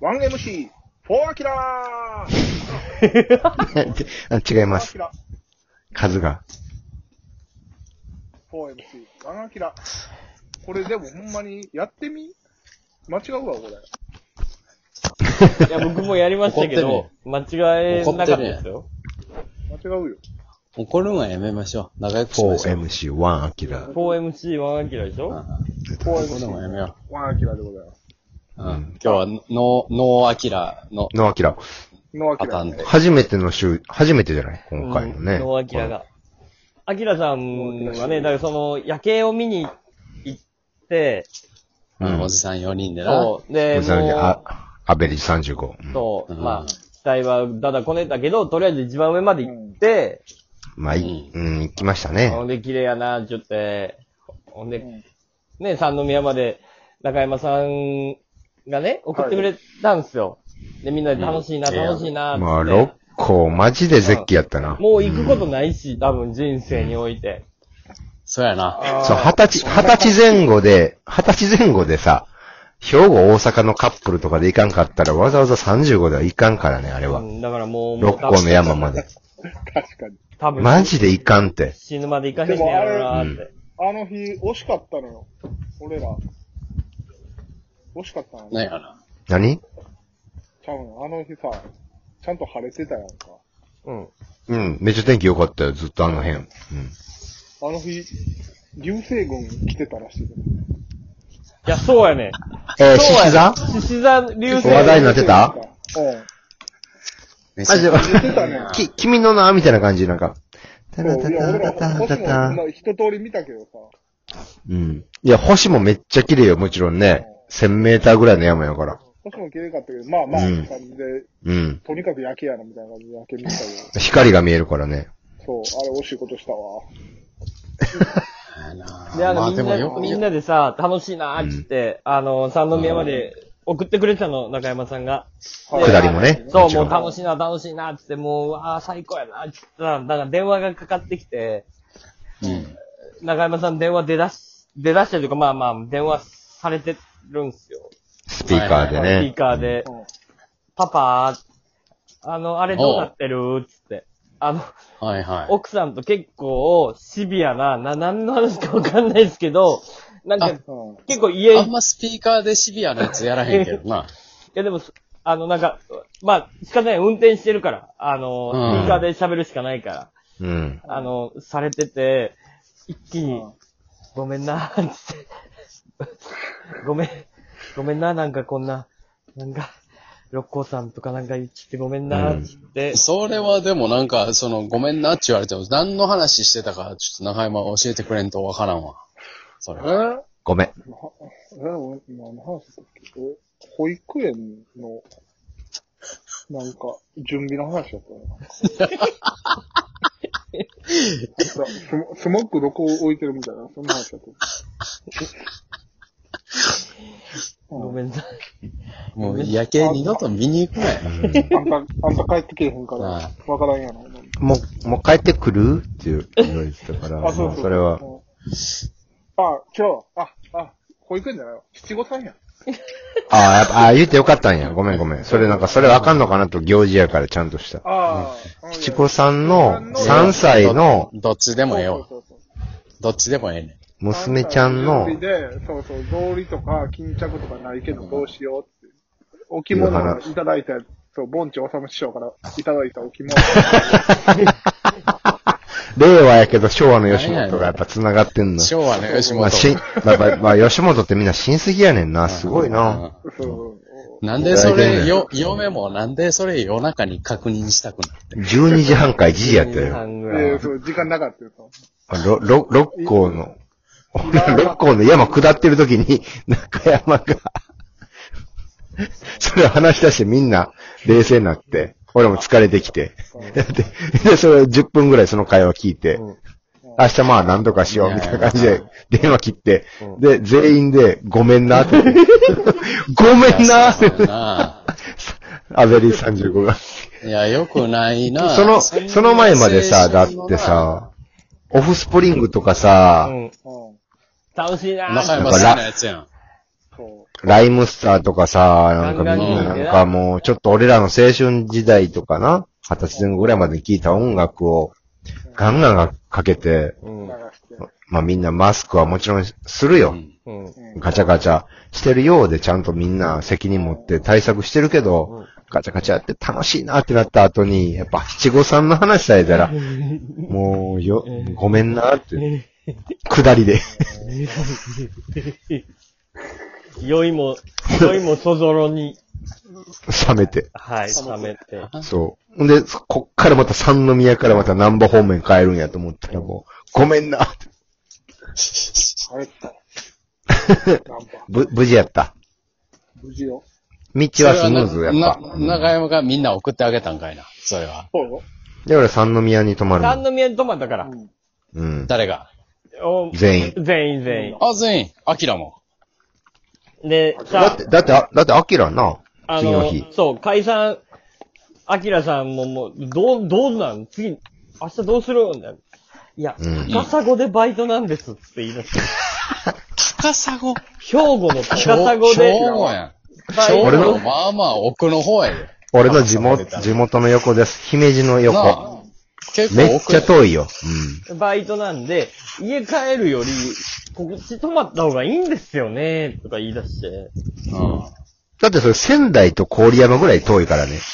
1MC、フォーアキラー違います。数が。 4MC、ワンアキラ。これでもほんまにやってみ間違うわ、これ。 いや、僕もやりましたけど、間違えなかったですよ。 間違うよ。 怒るのはやめましょう。仲良くしましょう。 4MC、1アキラ。 4MC、1アキラでしょ？ 4MC、 もやめよワンアキラでございます。 今日はノーアキラのノアキラ。 ノーアキラ。 初めてじゃない今回のね。 ノーアキラが。アキラさんはね、だからその夜景を見に行って、 おじさん4人でな。 そう。で、 アベリ35。 そう。まあ、期待はだだこねたけど、とりあえず一番上まで行って、 まあ、行きましたね。 ほんで、綺麗やな、ちょっと、ほんで、ね、三宮まで、中山さんがね、送ってくれたんですよ。で、みんなで楽しいな、楽しいな、 まあ、6個、マジで絶景やったな。 もう行くことないし、多分人生において。 そうやな。 そう、20歳前後でさ、兵庫、大阪のカップルとかで行かんかったら、わざわざ35では行かんからね、あれは。 だからもう、 六甲の山まで。 確かに。 多分。 マジで行かんって。 死ぬまで行かへんねやろなーって。 あの日、惜しかったのよ。俺ら。惜しかったの。 なんやな。 何？ ちゃうの。あの日さ、ちゃんと晴れてたやんか。 めっちゃ天気良かったよ、ずっとあの辺。 あの日、流星群来てたらしい。 いや、そうやね。 獅子座流星。 話題になってた？ めっちゃ君の名みたいな感じ、なんか。 そう、いや、俺ら、星も一通り見たけどさ。 いや、星もめっちゃ綺麗よ、もちろんね。1000メーターぐらいの山やから。 星も綺麗かったけど、まあまあ、感じで、とにかく夜景やな、みたいな感じで夜景見たけど。 光が見えるからね。 そう、あれ惜しいことしたわ。 で、みんなでさ、楽しいなーって、三宮まで送ってくれたの、中山さんが。 下りもね。 そう、もう楽しいなーって、もう、最高やなーって言ったら、だから電話がかかってきて、中山さん電話出だしたというか、まあまあ、電話されてるんすよ。 スピーカーでね。 スピーカーで。パパ、あれどうなってるつって。奥さんと結構シビアな、何の話かわかんないですけど、なんか、結構あんまスピーカーでシビアなやつやらへんけどな。 いやでも、なんか、まあ、仕方ない、運転してるから、スピーカーで喋るしかないから、されてて、一気に、ごめんな、つって、ごめんな、なんかこんな、なんか、六甲さんとかなんか言ってごめんな、つって。 それはでもなんか、ごめんなって言われても、何の話してたか、ちょっと中山教えてくれんとわからんわ。それは。 ごめん。 何の話だっけ？保育園の、なんか、準備の話だったよな。スモックどこ置いてるみたいな、そんな話だった。 ごめんなさい。 もう夜景二度と見に行くなよ。 あんた帰ってけえへんから、わからんやろ。 もう帰ってくるって言われてたから、 そうそれは。 保育園じゃないわ。七五三や。 言ってよかったんや。ごめん。それわかんのかなと行事やからちゃんとした。七五三の3歳の、 どっちでもええわ。どっちでもええねん。 娘ちゃんの、 そう、草履とか巾着とかないけどどうしようって。置物をいただいた、そう、盆地治師匠からいただいた置物。 令和やけど昭和の吉本がやっぱ繋がってんの。 昭和の吉本。 まあ吉本ってみんな親戚やねんな。すごいな。 なんでそれ、嫁もなんでそれ夜中に確認したくなって。 12時半か1時やったよ。 そう、時間なかったよ。 六甲の山下ってる時に、中山が、それを話し出してみんな冷静になって、俺も疲れてきて。で、それ10分ぐらいその会話聞いて、明日まあ何とかしようみたいな感じで電話切って、で、全員でごめんなって。ごめんなって。アベリー35が。 いや、よくないな。 その前までさ、だってさ、オフスプリングとかさ、 楽しいなぁ。 中山さんのやつやん。 ライムスターとかさ、なんかみんななんかもう、ちょっと俺らの青春時代とかな、20歳前後ぐらいまでに聴いた音楽をガンガンかけて、まあみんなマスクはもちろんするよ。ガチャガチャしてるようでちゃんとみんな責任持って対策してるけど、ガチャガチャやって楽しいなってなった後に、やっぱ七五三の話されたら、もうごめんなって、下りで。 酔いもそぞろに。 冷めて。 はい、冷めて。 そう。んで、こっからまた三宮からまた南波方面帰るんやと思ったらもう、ごめんなって。 帰った。 無事やった。 無事よ。 道はスムーズやっぱ。 中山がみんな送ってあげたんかいな、それは。 そうよ。 で、俺三宮に泊まる。 三宮に泊まったから。 うん。 誰が全員。 全員。 あ、全員。アキラも。 で、 だって、アキラな。次の日。 そう、解散、アキラさんもどうなん次、明日どうするんだいや、高砂でバイトなんですって言い出して。 高砂兵庫の高砂で。 兵庫やん。 俺のまあまあ奥の方やで。 俺の地元の横です。姫路の横。 結構めっちゃ遠いよ。 バイトなんで、家帰るより、こっち泊まった方がいいんですよね、とか言い出して。 だってそれ仙台と郡山ぐらい遠いからね。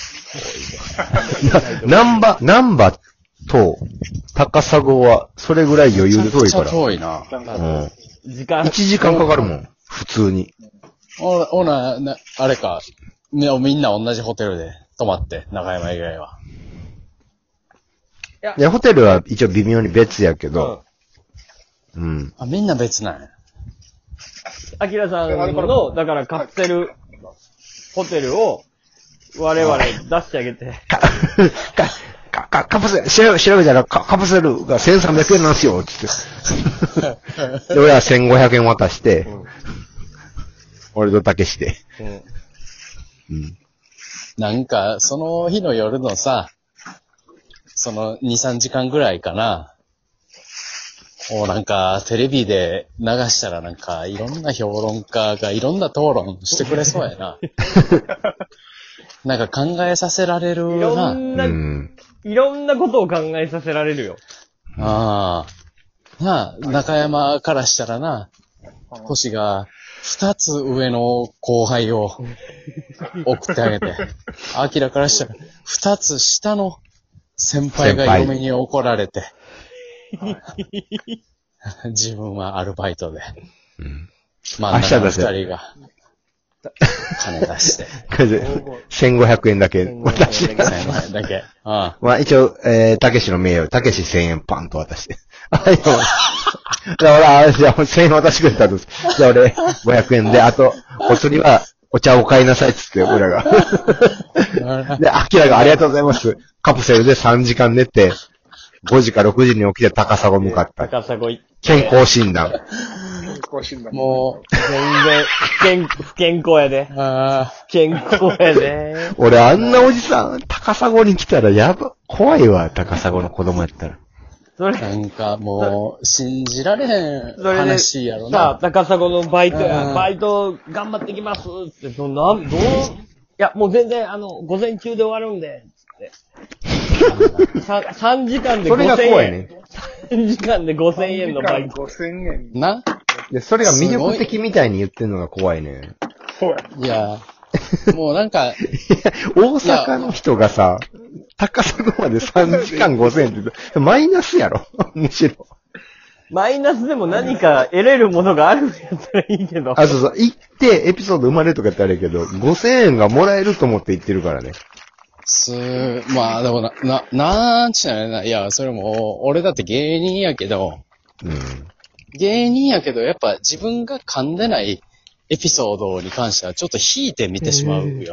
南波と高砂はそれぐらい余裕で遠いから。 めっちゃ遠いな。 1時間かかるもん。普通に。 あれか。みんな同じホテルで泊まって、中山以外は。 いや、ホテルは一応微妙に別やけど。 あ、みんな別なんや。 アキラさんの、だからカプセルホテルを我々出してあげて。 カプセル、調べたらカプセルが1300円なんですよ、つって。で、俺は1500円渡して、俺と竹して。 なんか、その日の夜のさ、その2、3時間ぐらいかな。なんか、テレビで流したらなんか、いろんな評論家がいろんな討論してくれそうやな。なんか考えさせられるな。 いろんなことを考えさせられるよ。 なあ、中山からしたらな、星が2つ上の後輩を送ってあげて、アキラからしたら2つ下の先輩が嫁に怒られて、自分はアルバイトで。まあ、2人が金出して。 1500円だけ渡して。 1500円だけ。 まあ一応、たけしの名誉、たけし1000円パンと渡して。じゃあ俺、1000円渡してくれたんです。じゃあ俺、500円で、あと、お釣りは、お茶を買いなさいっつって、俺らが。で、アキラがありがとうございます。カプセルで3時間寝て、5時か6時に起きて高砂向かった。 高砂行って。 健康診断。 もう、全然、不健康やで。健康やで。 俺あんなおじさん、高砂に来たら怖いわ、高砂の子供やったら。 なんかもう、信じられへん話やろな。 さあ、高砂のバイト頑張ってきますって、いや、もう全然、午前中で終わるんで、3時間で5000円。 それが怖いね。 3時間で5000円のバイト。 5000円。 な？ で、それが魅力的みたいに言ってるのが怖いね。 そうや。 いや、もうなんか、 大阪の人がさ、高砂まで3時間5000円って言うと、マイナスやろむしろ。 マイナスでも何か得れるものがあるんやったらいいけど。 そう。行ってエピソード生まれるとかってあれやけど、5000円がもらえると思って行ってるからね。 まあでもなんちゅうのな、いや、それも、俺だって芸人やけど、芸人やけど、やっぱ自分が噛んでないエピソードに関してはちょっと引いて見てしまうよ。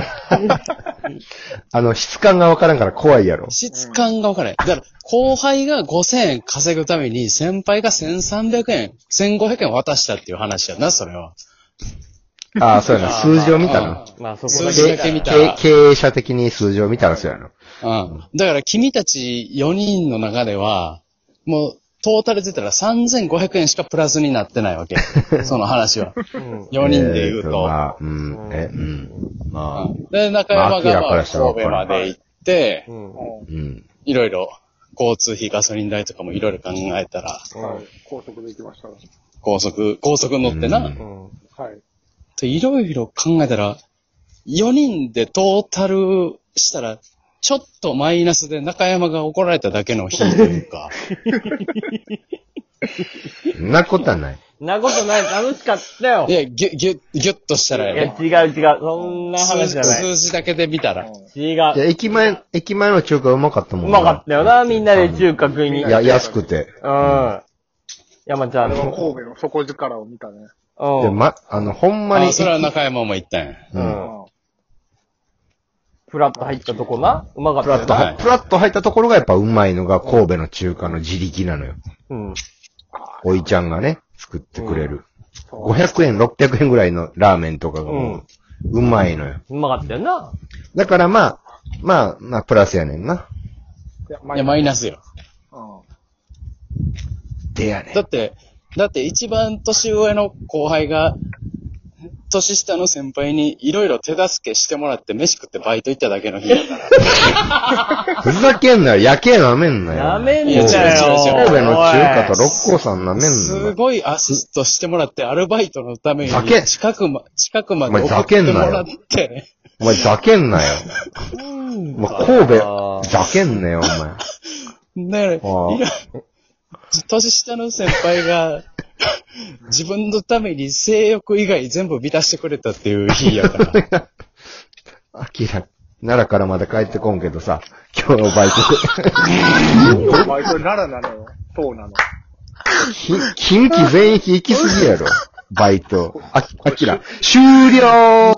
質感がわからんから怖いやろ。 質感がわからない。だから、後輩が5000円稼ぐために先輩が1300円、1500円渡したっていう話やな、それは。 そうやな。数字を見たな。 まあそこ数字だけ見たら。 経営者的に数字を見たらそうやな。 だから君たち4人の中では、もう、 トータルで言ったら3500円しかプラスになってないわけ。その話は。4人で言うと。で、中山が神戸まで行って、いろいろ交通費、ガソリン代とかもいろいろ考えたら。 高速で行きましたね。 高速乗ってな。はい。いろいろ考えたら、4人でトータルしたら、ちょっとマイナスで中山が怒られただけの日というか。 なことはない。 なことない。楽しかったよ。 いや、ギュッとしたらね。いや、違う。そんな話じゃない。 数字だけで見たら。 違う。いや、駅前の中華うまかったもんね。うまかったよな、みんなで中華食いに。 いや、安くて。 山ちゃんの。神戸の底力を見たね。 ほんまに。 それは中山も行ったんや。 フラッと入ったとこな。うまかったよな。 フラッと入ったところがやっぱうまいのが神戸の中華の自力なのよ。おいちゃんがね、作ってくれる。500円、600円ぐらいのラーメンとかがうまいのよ。 うまかったよな。 だからまあ、プラスやねんな。 いや、マイナスよ。 でやねん。 だって一番年上の後輩が、年下の先輩にいろいろ手助けしてもらって飯食ってバイト行っただけの日だから。 ふざけんなよ、夜景なめんなよ。 なめんなよ。 神戸の中華と六甲山なめんなよ。 すごいアシストしてもらってアルバイトのために近くまで送ってもらって。 お前ざけんなよ。もう神戸、ざけんなよ、お前。だから年下の先輩が、自分のために性欲以外全部満たしてくれたっていう日やから。 奈良からまだ帰ってこんけどさ、今日のバイトで。バイト奈良なのよ。そうなの。 近畿全域行き過ぎやろ。バイト。終了